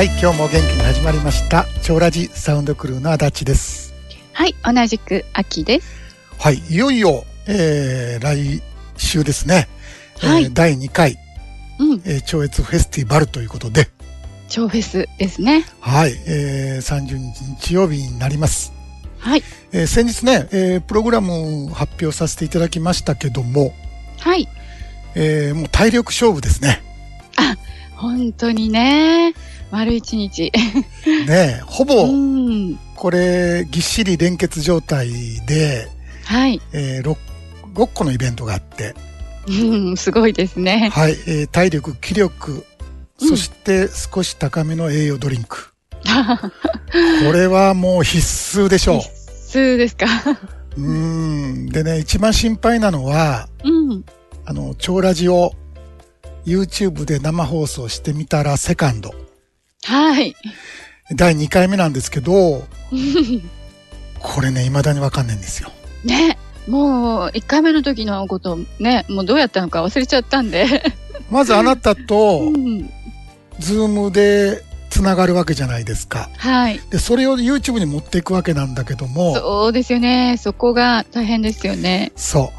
はい、今日も元気に始まりました超ラジサウンドクルーの足立です。 はい、同じく秋です。 はい、いよいよ、来週ですね、 はい、 第2回、超越フェスティバルということで、 超フェスですね。 はい、30日日曜日になります。 はい、 先日ね、プログラム発表させていただきましたけども、 はい、 もう体力勝負ですね。 あ、本当にね、丸一日ね、ほぼこれぎっしり連結状態で、 はい、 6個のイベントがあって、 すごいですね。 はい、体力、気力、そして少し高めの栄養ドリンク。これはもう必須でしょう。 必須ですか。 でね、一番心配なのは、超ラジオ YouTube で生放送してみたらセカンド。 はい。 第2回目なんですけど、これね、未だにわかんないんですよ。 ね、もう1回目の時のことね、もうどうやったのか忘れちゃったんで。 まずあなたと、ズームでつながるわけじゃないですか。 はい。 で、それを YouTube に持っていくわけなんだけども。 そうですよね。そこが大変ですよね。 そう。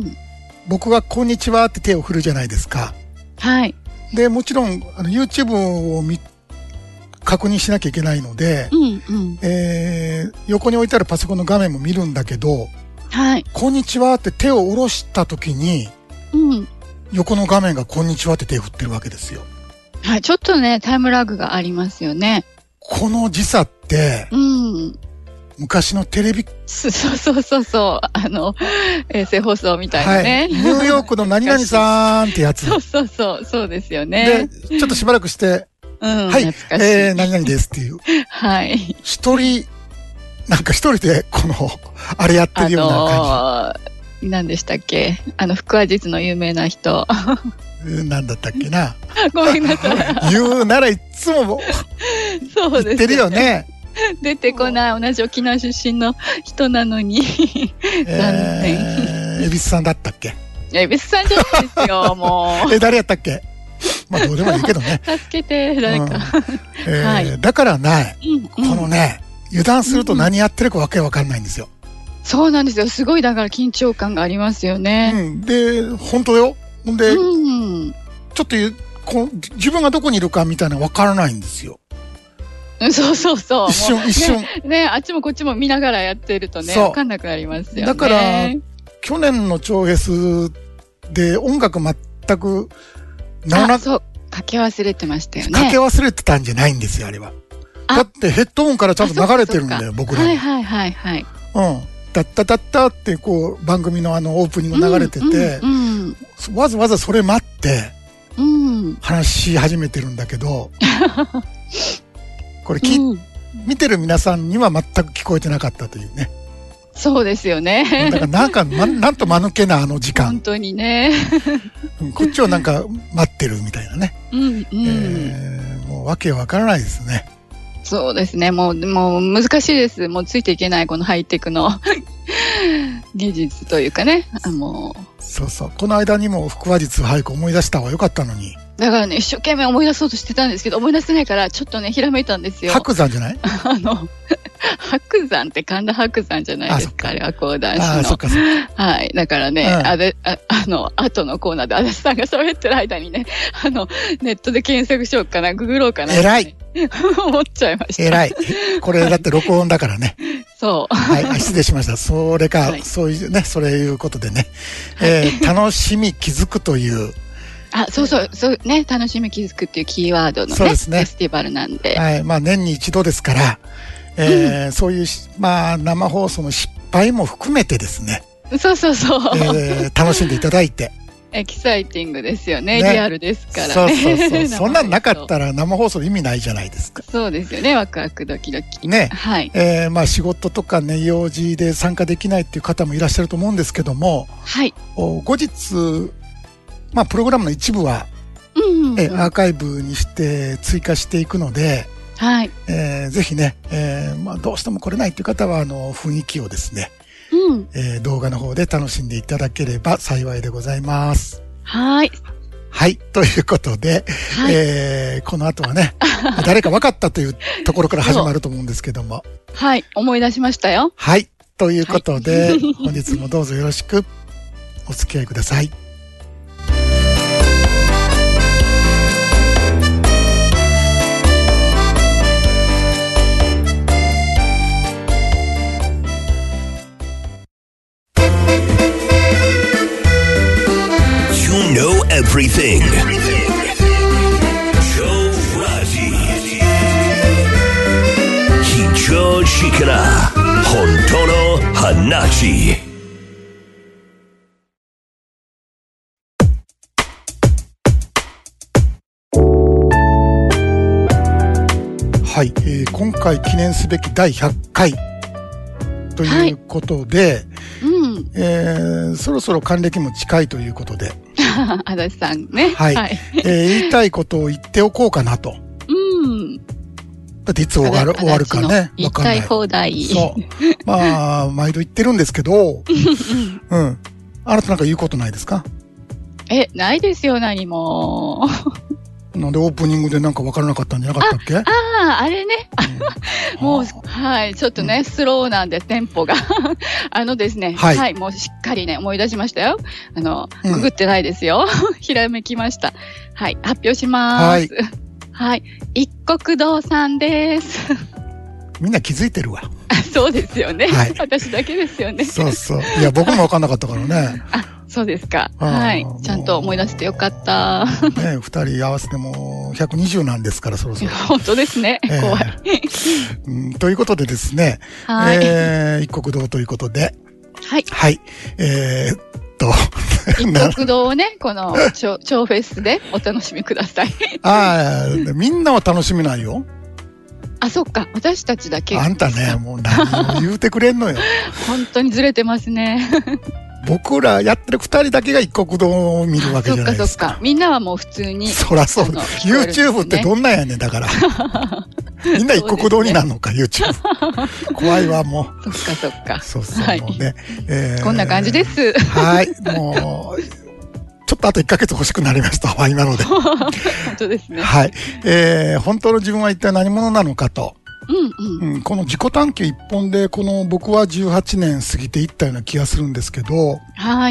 僕がこんにちはって手を振るじゃないですか。 はい。 で、もちろんYouTube を確認しなきゃいけないので、横に置いてあるパソコンの画面も見るんだけど、 はい。 こんにちはって手を下ろした時に、横の画面がこんにちはって手を振ってるわけですよ。 はい、ちょっとね、タイムラグがありますよね。 この時差って、昔のテレビ。 そう。衛星放送みたいなね。 はい。ニューヨークの何々さんってやつ。 そうですよね。 で、ちょっとしばらくして、はい、何々ですっていう。 はい。 一人で、あれやってるような感じ。何でしたっけ？腹話術の有名な人。 なんだったっけな。 ごめんなさい。 言うならいつも言ってるよね。 出てこない。同じ沖縄出身の人なのに。残念。 恵比寿さんだったっけ？ 恵比寿さんじゃないですよ、もう。 誰やったっけ？まあどうでもいいけどね。 助けて、誰か。 だからね、このね、油断すると何やってるかわけわかんないんですよ。 そうなんですよ。すごいだから緊張感がありますよね。 で、本当よ。ほんで、ちょっと自分がどこにいるかみたいなわからないんですよ。 そう。 一瞬。 ね、あっちもこっちも見ながらやってるとね、わかんなくなりますよね。 だから、去年の超フェスで音楽全くそう、かけ忘れてましたよね。 かけ忘れてたんじゃないんですよ、あれは。だってヘッドホンからちゃんと流れてるんだよ、僕らに。 はい。 ダッタダッタって番組のオープニング流れてて、わざわざそれ待って、話し始めてるんだけど、これ見てる皆さんには全く聞こえてなかったというね。 そうですよね。 だからなんと間抜けな時間。 本当にね。 こっちを待ってるみたいなね。もうわけわからないですね。 そうですね。もう難しいです。もうついていけないこのハイテクの技術というかね。 そう。この間にも腹話術早く思い出した方がよかったのに。 だからね、一生懸命思い出そうとしてたんですけど、思い出せないから、ちょっとね、ひらめいたんですよ。 白山じゃない？ 白山って神田伯山じゃないですか、あれは講談師の。 そっか。 はい。だからね、後のコーナーで足立さんが喋ってる間にね、ネットで検索しようかな、ググろうかな。 偉い。 思っちゃいました。 偉い。これだって録音だからね。 そう。 はい。失礼しました。それか、そういうね、そういうことでね。楽しみ気づくという。 そうね、楽しみ気づくっていうキーワードのね、フェスティバルなんで。 はい。まあ年に一度ですから、そういう、生放送の失敗も含めてですね。 そう。 楽しんでいただいて。 エキサイティングですよね。リアルですからね。 そう。そんなんなかったら生放送意味ないじゃないですか。 そうですよね。ワクワクドキドキ。 ね。 はい。 仕事とかね、用事で参加できないっていう方もいらっしゃると思うんですけども、 はい。 後日、プログラムの一部は、アーカイブにして追加していくので、 はい。 ぜひね、どうしても来れないという方は、雰囲気をですね、動画の方で楽しんでいただければ幸いでございます。 はい。 はい。ということで、はい、この後はね、誰か分かったというところから始まると思うんですけども。 はい。思い出しましたよ。 はい。ということで、はい、本日もどうぞよろしくお付き合いください。 Everything. Joe Raji. Hicho Shikara. Honto no Hanashi. はい、今回記念すべき第100回ということで、はい、そろそろ還暦も近いということで足立さんね。 はい。はい、言いたいことを言っておこうかなと。だっていつ終わるかね。 言いたい放題。 そう。まあ、毎度言ってるんですけど、うん。あなたなんか言うことないですか？ ないですよ、何も。 なんでオープニングでなんか分からなかったんじゃなかったっけ？ あれね。もう、はい、ちょっとね、スローなんで、テンポが。ですね、はい、もうしっかりね、思い出しましたよ。ググってないですよ。ひらめきました。はい、発表します。はい、一国堂さんです。 みんな気づいてるわ。 そうですよね。はい、私だけですよね。 そうそう。いや、僕も分かんなかったからね。 そうですか。はい。ちゃんと思い出してよかった。 ね、二人合わせても120なんですから、そろそろ。 本当ですね。怖い。ということでですね。 はい。 一国堂ということで。 はい。 はい。 一国堂をね、この超フェスでお楽しみください。 みんなは楽しめないよ。 そっか。私たちだけ。 あんたね、もう何を言うてくれんのよ。 本当にずれてますね。 僕らやってる二人だけが一国堂を見るわけじゃないですか。 そっか。みんなはもう普通に。 そらそう。YouTube ってどんなんやねん、だから。みんな一国堂になるのか、YouTube。怖いわ、もう。そっか。 そう、もうね。 こんな感じです。 はい。もう、ちょっとあと1ヶ月欲しくなりましたわ、今ので。 本当ですね。 はい。本当の自分は一体何者なのかと。この自己探求一本で、僕は18年過ぎていったような気がするんですけど、 はい。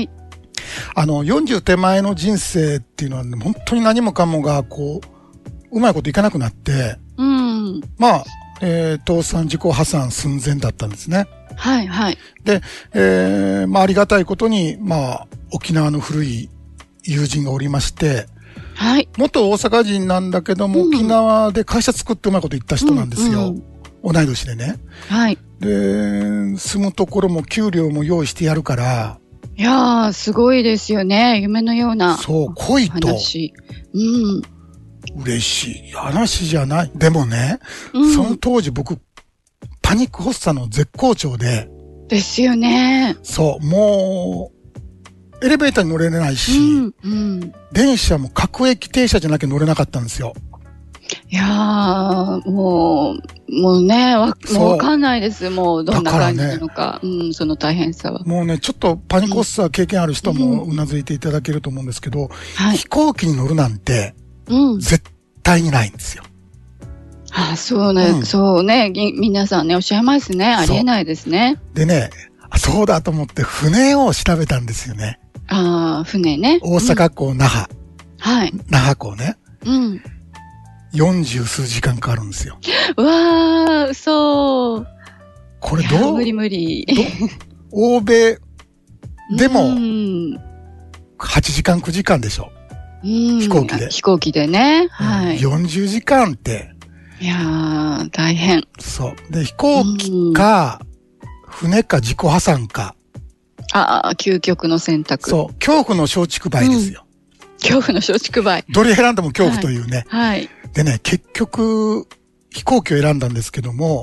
40手前の人生っていうのは、ね、本当に何もかもが、うまいこといかなくなって、まあ、倒産、自己破産寸前だったんですね。 はい、はい。 で、まあ、ありがたいことに、まあ、沖縄の古い友人がおりまして、 はい。 元大阪人なんだけども、沖縄で会社作ってうまいこと言った人なんですよ。同い年でね。 はい。 で、住むところも給料も用意してやるから。 いやー、すごいですよね。夢のような。 そう、来いと。 話。 嬉しい話じゃない。でもね、その当時僕、パニック発作の絶好調で。 ですよね。 そう、もう、エレベーターに乗れないし、電車も各駅停車じゃなきゃ乗れなかったんですよ。 いやー、もうね、もうわかんないです。もうどんな感じなのか。その大変さは。 もうね、ちょっとパニック発作経験ある人もうなずいていただけると思うんですけど、飛行機に乗るなんて、絶対にないんですよ。 そうね、そうね、皆さんね、おっしゃいますね。ありえないですね。 でね、そうだと思って船を調べたんですよね。 船ね。 大阪港那覇。 はい。 那覇港ね。40数時間かかるんですよ。 うわー、そう。 これ無理。 欧米でも、8時間9時間でしょ。飛行機で。 飛行機でね。はい。 40時間って。 いやー、大変。 そう。で、飛行機か、船か自己破産か。 究極の選択。 そう。恐怖の松竹梅ですよ。 恐怖の松竹梅。 どれ選んでも恐怖というね。 はい。 でね、結局、飛行機を選んだんですけども、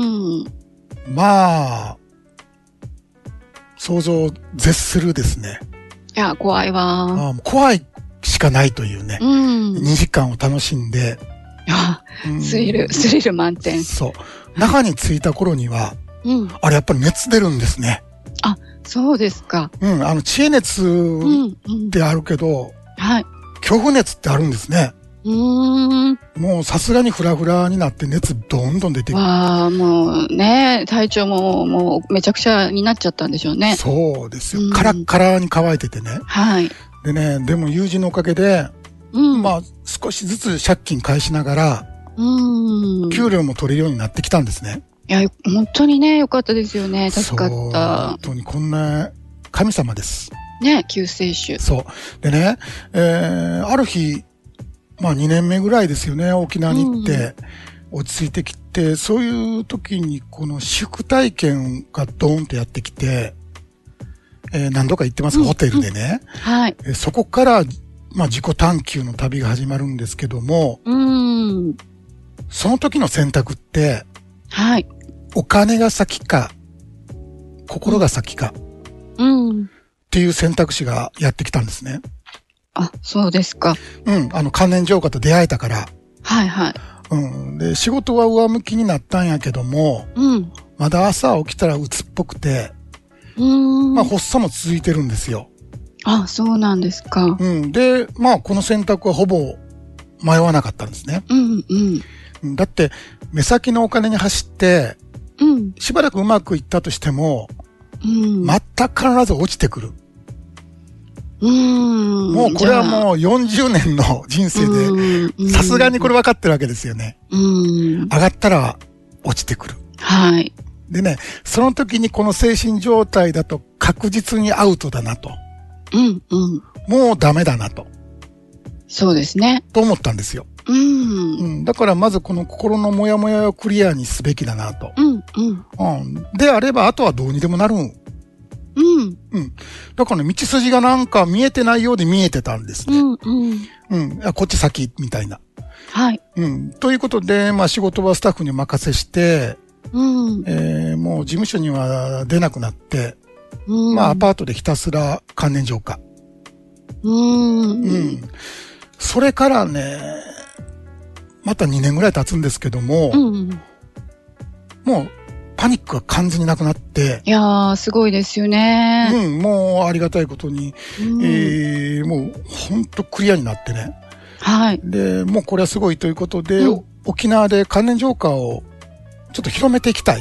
まあ、想像を絶するですね。 いや、怖いわ。 怖いしかないというね。2時間を楽しんで。 スリル満点。 そう。那覇に着いた頃には、あれやっぱり熱出るんですね。 そうですか。 知恵熱であるけど、 はい。 恐怖熱ってあるんですね。もうさすがにフラフラになって熱どんどん出てくる。 もうね、体調ももうめちゃくちゃになっちゃったんでしょうね。 そうですよ。カラッカラに乾いててね。 はい。 でね、でも友人のおかげで、まあ少しずつ借金返しながら、給料も取れるようになってきたんですね。 いや、本当にね、よかったですよね。助かった。 本当にこんな神様です。 ね、救世主。 そう。でね、ある日、まあ2年目ぐらいですよね、沖縄に行って、落ち着いてきて、そういう時にこの宿体験がドーンとやってきて、何度か行ってます、ホテルでね。 はい。 そこから、まあ自己探求の旅が始まるんですけども、その時の選択って、 はい。 お金が先か、心が先か、っていう選択肢がやってきたんですね。 あ、そうですか。 関連浄化と出会えたから。 はいはい。 で、仕事は上向きになったんやけども、まだ朝起きたら鬱っぽくて、まあ発作も続いてるんですよ。 あ、そうなんですか。 で、まあこの選択はほぼ迷わなかったんですね。だって、目先のお金に走って、しばらくうまくいったとしても、全く必ず落ちてくる。もうこれはもう40年の人生で、さすがにこれ分かってるわけですよね。上がったら落ちてくる。 はい。 でね、その時にこの精神状態だと確実にアウトだなと。もうダメだなと。 そうですね。 と思ったんですよ。だからまずこの心のモヤモヤをクリアにすべきだなと。であればあとはどうにでもなる。だからね、道筋がなんか見えてないようで見えてたんですね。こっち先、みたいな。 はい。 ということで、まあ仕事はスタッフにお任せして、もう事務所には出なくなって、まあアパートでひたすら関連浄化。それからね、また2年ぐらい経つんですけども、もう、パニックが完全になくなって。 いやー、すごいですよね。 もうありがたいことに、もうほんとクリアになってね。 はい。 で、もうこれはすごいということで、沖縄で関連浄化をちょっと広めていきたい。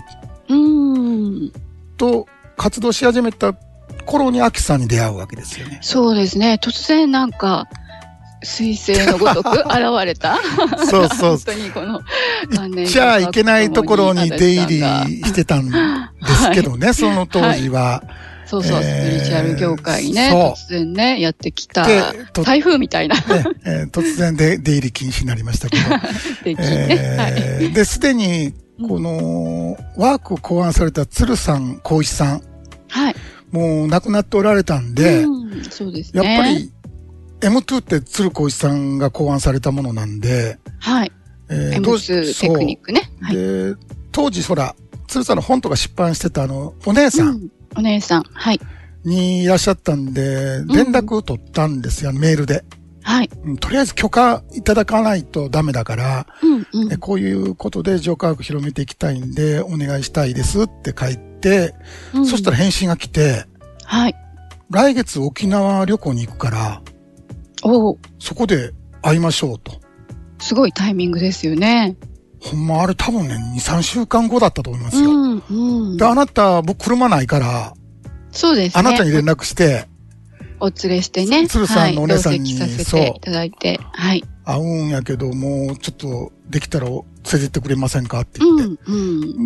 と、活動し始めた頃にアキさんに出会うわけですよね。 そうですね。突然なんか、彗星のごとく現れた。 そうそう。 本当にこの、 行っちゃいけないところに出入りしてたんですけどね、その当時は。 そうそう、スピリチュアル業界にね、突然ね、やってきた、台風みたいな。 突然で出入り禁止になりましたけど。で、すでに、この、ワークを考案された鶴さん、光一さん。 はい。 もう亡くなっておられたんで、 そうですね。 やっぱり、M2 って鶴光一さんが考案されたものなんで、 はい。M2 テクニックね。 で、当時、ほら、鶴さんの本とか出版してたお姉さん。 お姉さん。はい。 にいらっしゃったんで、連絡を取ったんですよ、メールで。 はい。 とりあえず許可いただかないとダメだから、こういうことで浄化学広めていきたいんで、お願いしたいですって書いて、そしたら返信が来て、 はい。 来月沖縄旅行に行くから、そこで会いましょうと。 すごいタイミングですよね。 ほんまあれ多分ね、2、3週間後だったと思いますよ。で、あなた、僕車ないから、 そうですね。 あなたに連絡して、 お連れしてね。 鶴さんのお姉さんに、 同席させていただいて、はい。 会うんやけど、もうちょっとできたら連れてってくれませんかって言って。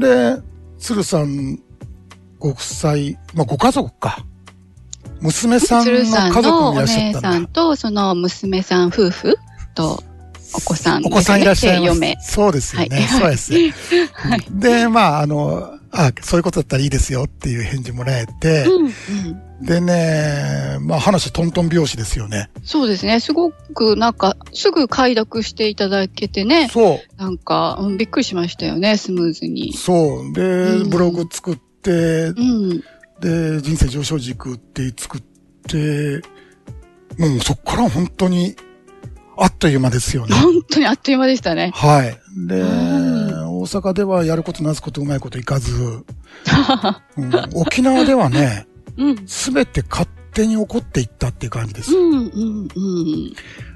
で、鶴さんご夫妻、まあご家族か。娘さんの家族もいらっしゃったんだ。 鶴さんのお姉さんと、その娘さん夫婦と、お子さん、 お子さんいらっしゃいます。 嫁。 そうですよね。そうです。で、まあ、そういうことだったらいいですよっていう返事もらえて、でね、まあ話トントン拍子ですよね。 そうですね。すごくなんか、すぐ快諾していただけてね。 そう。 なんか、びっくりしましたよね、スムーズに。 そう。で、ブログ作って、で、人生上昇軸って作って、もうそっから本当に、あっという間ですよね。 本当にあっという間でしたね。 はい。で、大阪ではやることなすことうまいこといかず、沖縄ではね、すべて勝手に起こっていったっていう感じです。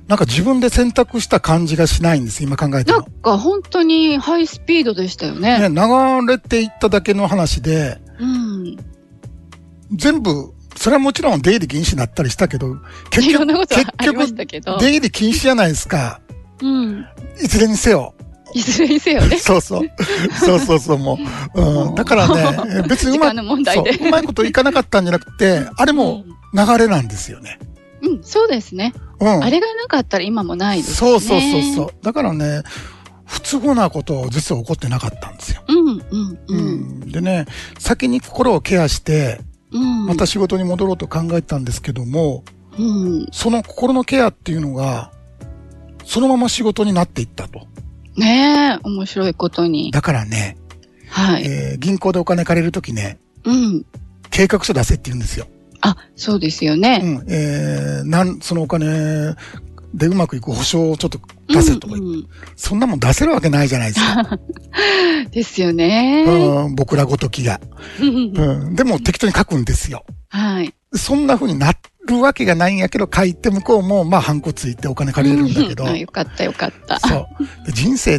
なんか自分で選択した感じがしないんです、今考えても。 なんか本当にハイスピードでしたよね。 ね、流れていっただけの話で、 うん。 全部、それはもちろん出入り禁止になったりしたけど、 いろんなことありましたけど。 出入り禁止じゃないですか。 うん。 いずれにせよ。 いずれにせよね。 そうそう、もう。うん。だからね、別にうまいこといかなかったんじゃなくて、あれも流れなんですよね。 うん、そうですね。うん。あれがなかったら今もないですね。 そう。だからね、不都合なことは実は起こってなかったんですよ。うん。でね、先に心をケアして、また仕事に戻ろうと考えたんですけども、その心のケアっていうのが、そのまま仕事になっていったと。 ねえ、面白いことに。 だからね、 はい。 銀行でお金借りるときね、計画書出せって言うんですよ。 あ、そうですよね。 そのお金でうまくいく保証をちょっと出せとか言って、そんなもん出せるわけないじゃないですか。 ですよね。 僕らごときが。でも適当に書くんですよ。 はい。 そんな風になるわけがないんやけど、書いて向こうも、まあ、ハンコついてお金借りれるんだけど。 よかった。 そう。人生って、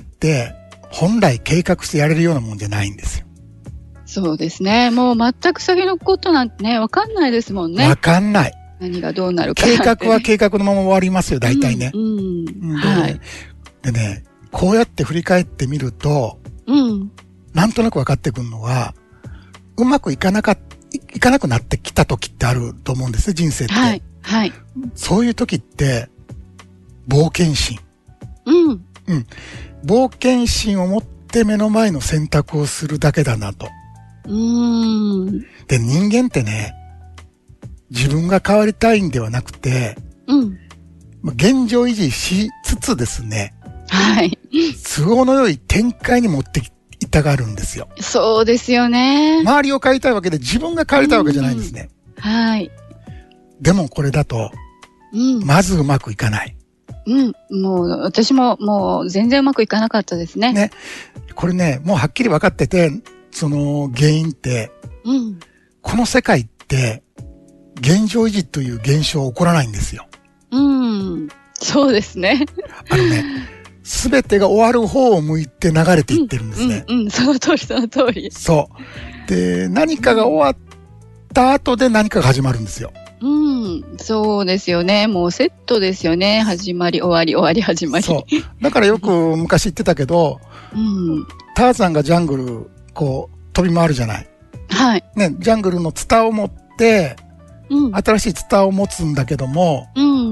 本来計画してやれるようなもんじゃないんですよ。 そうですね。もう全く先のことなんてね、わかんないですもんね。 わかんない。 何がどうなるか、 計画は計画のまま終わりますよ、大体ね。 はい。 でね、こうやって振り返ってみると、なんとなく分かってくるのは、うまくいかなくなってきた時ってあると思うんですね、人生って。 はい。 そういう時って、冒険心。冒険心を持って目の前の選択をするだけだなと。で、人間ってね、自分が変わりたいんではなくて、現状維持しつつですね、 はい。 都合の良い展開に持っていたがるんですよ。 そうですよね。 周りを変えたいわけで自分が変わりたいわけじゃないんですね。 はい。 でもこれだと、まずうまくいかない。 もう、私ももう全然うまくいかなかったですね。 ね。これね、もうはっきり分かってて、その原因って、この世界って、現状維持という現象は起こらないんですよ。 そうですね。 すべてが終わる方を向いて流れていってるんですね。 その通り。 そう。で、何かが終わった後で何かが始まるんですよ。 そうですよね。もうセットですよね。始まり、終わり、終わり、始まり。 そう。だからよく昔言ってたけど、ターザンがジャングル、こう、飛び回るじゃない。 はい。 ね、ジャングルのツタを持って、新しいツタを持つんだけども、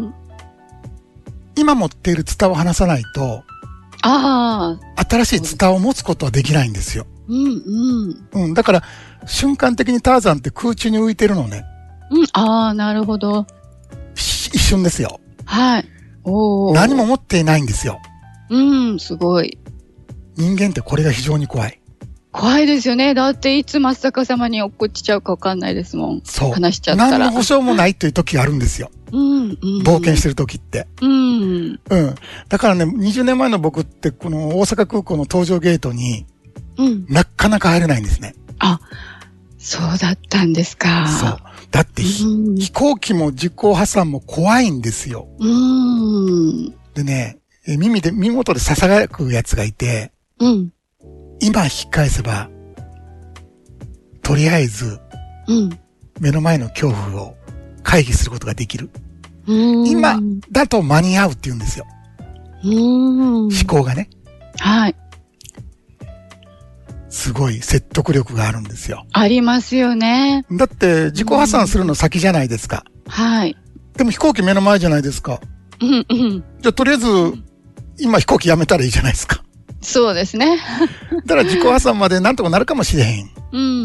今持っているツタを離さないと、新しいツタを持つことはできないんですよ。だから、瞬間的にターザンって空中に浮いてるのね。 なるほど。 一瞬ですよ。 はい。 何も持っていないんですよ。 すごい。 人間ってこれが非常に怖い。 怖いですよね。だっていつ真っ逆さまに落っこちちゃうか分かんないですもん。 そう。 話しちゃったら。 何の保証もないという時があるんですよ。冒険してる時って。だからね、20年前の僕って、この大阪空港の搭乗ゲートに、なかなか入れないんですね。 そうだったんですか。 そう。だって飛行機も実行破産も怖いんですよ。でね、耳元で囁くやつがいて、今引き返せば、とりあえず、目の前の恐怖を回避することができる。今だと間に合うって言うんですよ。思考がね。 はい。 すごい説得力があるんですよ。 ありますよね。 だって自己破産するの先じゃないですか。 はい。 でも飛行機目の前じゃないですか。じゃあとりあえず今飛行機やめたらいいじゃないですか。 そうですね。 だから自己破産までなんとかなるかもしれへん。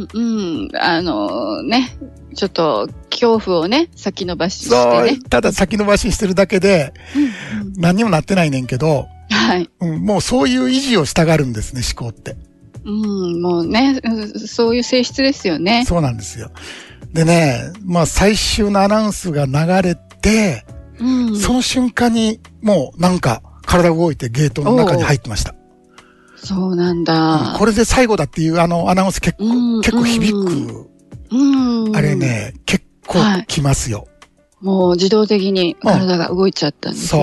ね、ちょっと恐怖をね、先延ばししてね。 ただ先延ばししてるだけで、何にもなってないねんけど、 はい。 もうそういう維持をしたがるんですね、思考って。 もうね、そういう性質ですよね。 そうなんですよ。でね、まあ最終のアナウンスが流れて、その瞬間にもうなんか体動いてゲートの中に入ってました。 そうなんだ。 これで最後だっていうアナウンス結構響く。あれね、結構きますよ。 もう自動的に体が動いちゃったんですね。 そう。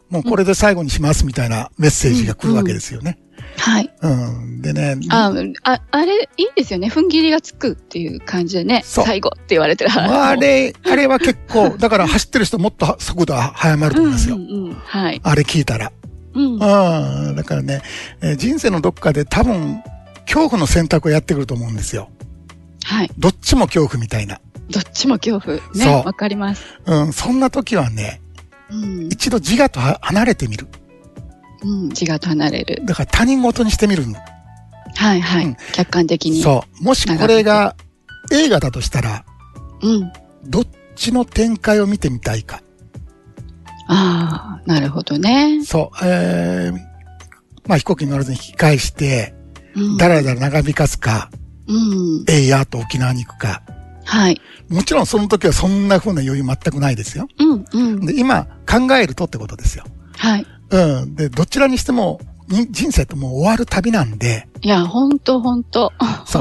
もうこれで最後にしますみたいなメッセージが来るわけですよね。 はい。 でね。 あれ、いいですよね。踏ん切りがつくっていう感じでね。最後って言われてる。 あれは結構、だから走ってる人もっと速度速まると思いますよ。 はい。 あれ聞いたら。だからね、人生のどっかで多分、恐怖の選択をやってくると思うんですよ。 はい。 どっちも恐怖みたいな。 どっちも恐怖。ね。わかります。 そんな時はね、一度自我と離れてみる。 自我と離れる。 だから他人事にしてみる。 はいはい。客観的に。 そう。もしこれが映画だとしたら、どっちの展開を見てみたいか。 ああ、なるほどね。 そう。飛行機に乗らずに引き返して、だらだら長引かすか、やーと沖縄に行くか。 はい。 もちろんその時はそんな風な余裕全くないですよ。で、今考えるとってことですよ。 はい。 で、どちらにしても、人生ってもう終わる旅なんで。 いや、ほんと。 そう。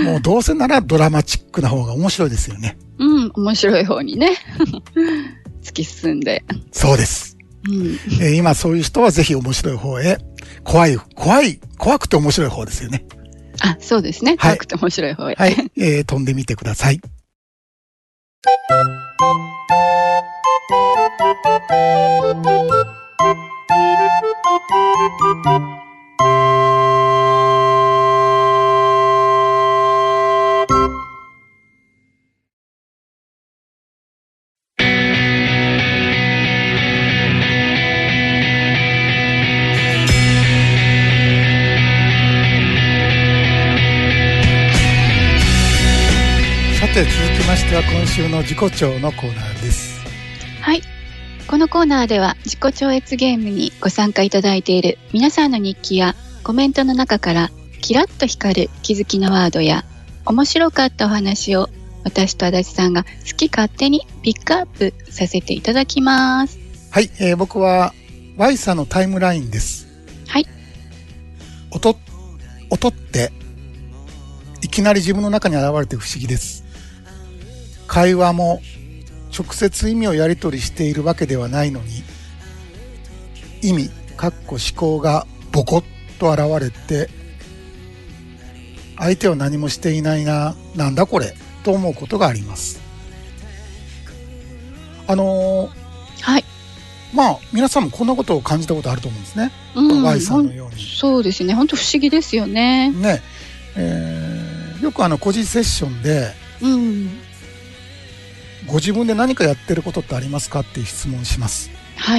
もうどうせならドラマチックな方が面白いですよね。 面白い方にね。突き進んで。 そうです。今そういう人はぜひ面白い方へ。怖くて面白い方ですよね。 あ、そうですね。怖くて面白い方へ。 はい。飛んでみてください。続きましては今週の自己調のコーナーです。 はい。このコーナーでは自己超越ゲームにご参加いただいている皆さんの日記やコメントの中からキラッと光る気づきのワードや面白かったお話を私と足立さんが好き勝手にピックアップさせていただきます。 はい。僕は Y さんのタイムラインです。 はい。 音っていきなり自分の中に現れて不思議です。会話も直接意味をやり取りしているわけではないのに、意味思考がボコッと現れて、相手は何もしていないな、なんだこれと思うことがあります。 はい。 皆さんもこんなことを感じたことあると思うんですね。Y さんのように。 そうですね。本当不思議ですよね。 ね。よく個人セッションで、ご自分で何かやってることってありますかっていう質問します。 はい。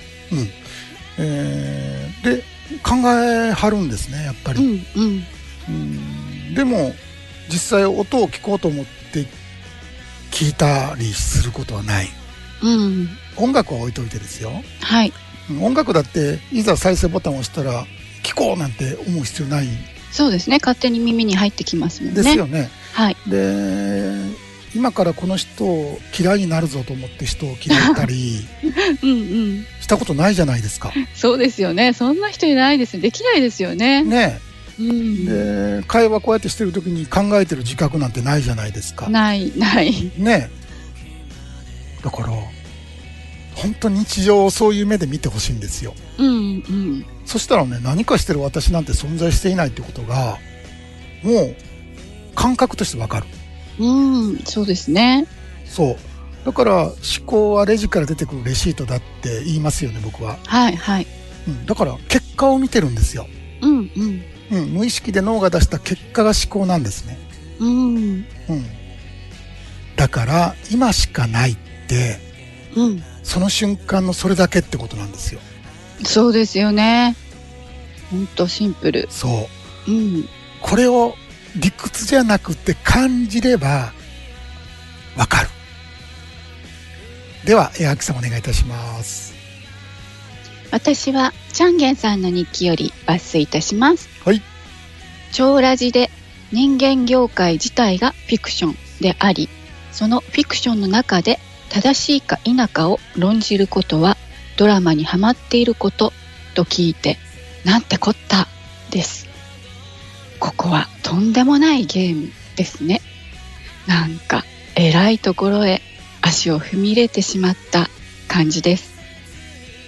で、考えはるんですね、やっぱり。でも、実際音を聞こうと思って聞いたりすることはない。音楽は置いといてですよ。 はい。 音楽だって、いざ再生ボタンを押したら、聞こうなんて思う必要ない。 そうですね。勝手に耳に入ってきますもんね。 ですよね。 はい。 で、今からこの人を嫌いになるぞと思って人を嫌ったりしたことないじゃないですか。 そうですよね。そんな人いないです。できないですよね。 ねえ。で、会話こうやってしてる時に考えてる自覚なんてないじゃないですか。 ない。 ねえ。だから本当に日常をそういう目で見てほしいんですよ。そしたらね、何かしてる私なんて存在していないってことがもう感覚としてわかる。 そうですね。 そう。だから思考はレジから出てくるレシートだって言いますよね、僕は。 はい。 だから結果を見てるんですよ。無意識で脳が出した結果が思考なんですね。だから今しかないって、その瞬間のそれだけってことなんですよ。 そうですよね。ほんとシンプル。 そう。これを理屈じゃなくて感じればわかる。では、秋さんお願いいたします。 私はチャンゲンさんの日記より抜粋いたします。 はい。 超ラジで人間業界自体がフィクションであり、そのフィクションの中で正しいか否かを論じることはドラマにはまっていることと聞いて、なんてこったです。ここはとんでもないゲームですね。なんか偉いところへ足を踏み入れてしまった感じです。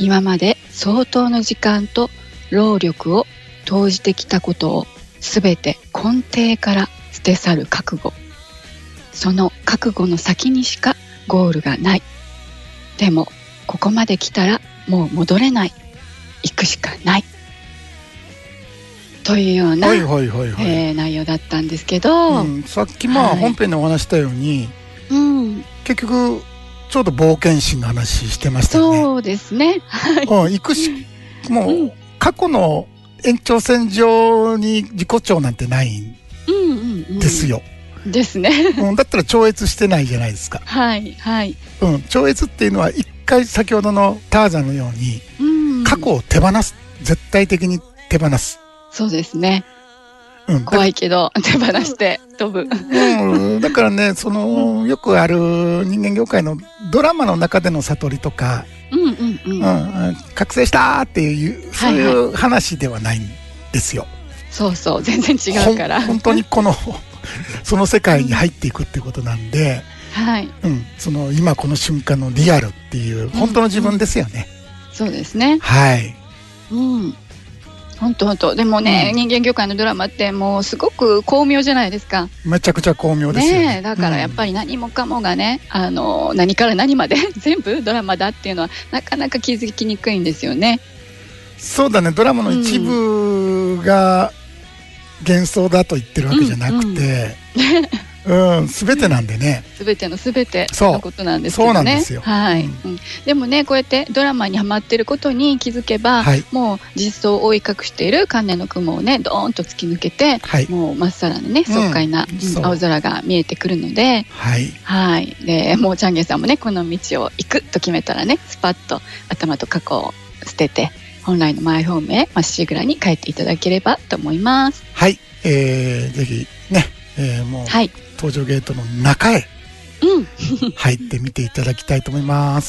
今まで相当の時間と労力を投じてきたことをすべて根底から捨て去る覚悟。その覚悟の先にしかゴールがない。でもここまで来たらもう戻れない。行くしかない。というような内容だったんですけど、 さっき本編でお話したように、結局ちょうど冒険心の話してましたよね。 そうですね。 行くし、もう過去の延長線上に自己調なんてないんですよ。 ですね。 だったら超越してないじゃないですか。 はいはい。 超越っていうのは一回先ほどのターザンのように、過去を手放す、絶対的に手放す。 そうですね。怖いけど手放して飛ぶ。 だからね、よくある人間業界のドラマの中での悟りとか、覚醒したっていうそういう話ではないんですよ。 そうそう、全然違うから。 本当にその世界に入っていくっていうことなんで、今この瞬間のリアルっていう本当の自分ですよね。 そうですね。 はい。 本当でもね、人間業界のドラマってもうすごく巧妙じゃないですか。 めちゃくちゃ巧妙ですよね。 だからやっぱり何もかもがね、何から何まで全部ドラマだっていうのはなかなか気づきにくいんですよね。 そうだね、ドラマの一部が幻想だと言ってるわけじゃなくて、全てなんでね。全てのことなんですけどね。そうなんですよ。でもね、こうやってドラマにハマってることに気づけば、もう実相を覆い隠している観念の雲をね、ドーンと突き抜けて、もうまっさらなね、爽快な青空が見えてくるので、で、もうチャンゲンさんもね、この道を行くと決めたらね、スパッと頭と過去を捨てて、本来のマイホームへまっしぐらに帰っていただければと思います。 はい、ぜひね、もう、搭乗ゲートの中へ入ってみていただきたいと思います。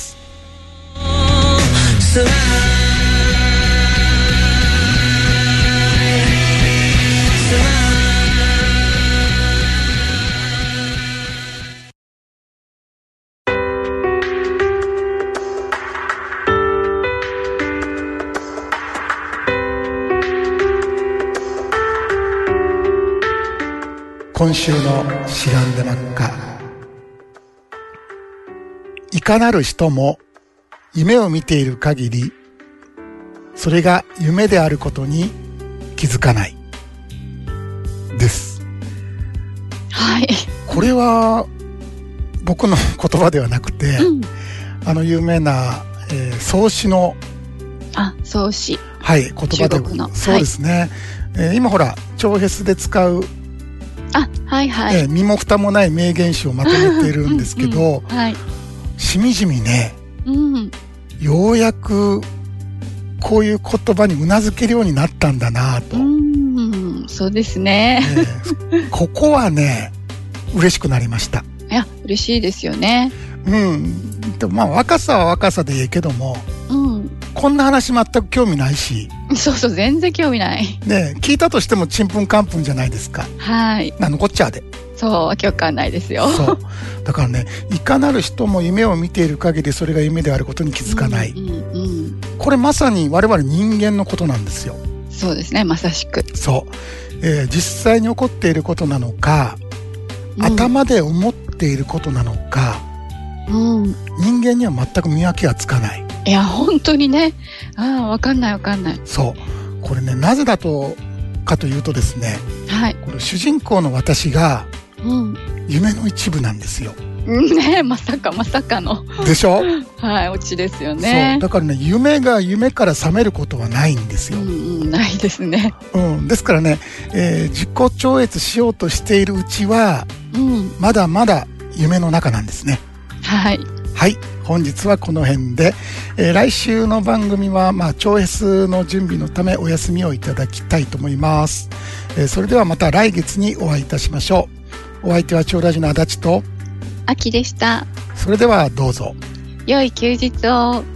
今週のしがんで真っ赤。いかなる人も夢を見ている限り、それが夢であることに気づかないです。 はい。 これは僕の言葉ではなくて、有名な、創始の創始、 言葉で、そうですね。今ほら超ヘスで使う身も蓋もない名言集をまとめているんですけど、しみじみね、ようやくこういう言葉にうなずけるようになったんだなと。 そうですね。 ここはね、嬉しくなりました。 いや、嬉しいですよね。 でも若さは若さでいいけども、こんな話全く興味ないし。 そうそう、全然興味ない。 ね、聞いたとしてもちんぷんかんぷんじゃないですか。なんのこっちゃで。 そう、わけわかんないですよ。 そう。だからね、いかなる人も夢を見ている限りそれが夢であることに気づかない。これまさに我々人間のことなんですよ。 そうですね、まさしく。 そう。実際に起こっていることなのか、頭で思っていることなのか、人間には全く見分けがつかない。 いや、本当にね。わかんない。 そう。これね、なぜだとかというとですね、これ主人公の私が、夢の一部なんですよ。 ね、まさかの。 でしょ？ オチですよね。 そう。だからね、夢が夢から覚めることはないんですよ。 ないですね。 ですからね、自己超越しようとしているうちは、まだまだ夢の中なんですね。はい、本日はこの辺で、来週の番組は超 S の準備のためお休みをいただきたいと思います。それではまた来月にお会いいたしましょう。お相手は超ラジの足立とあきでした。 それではどうぞ。 良い休日を。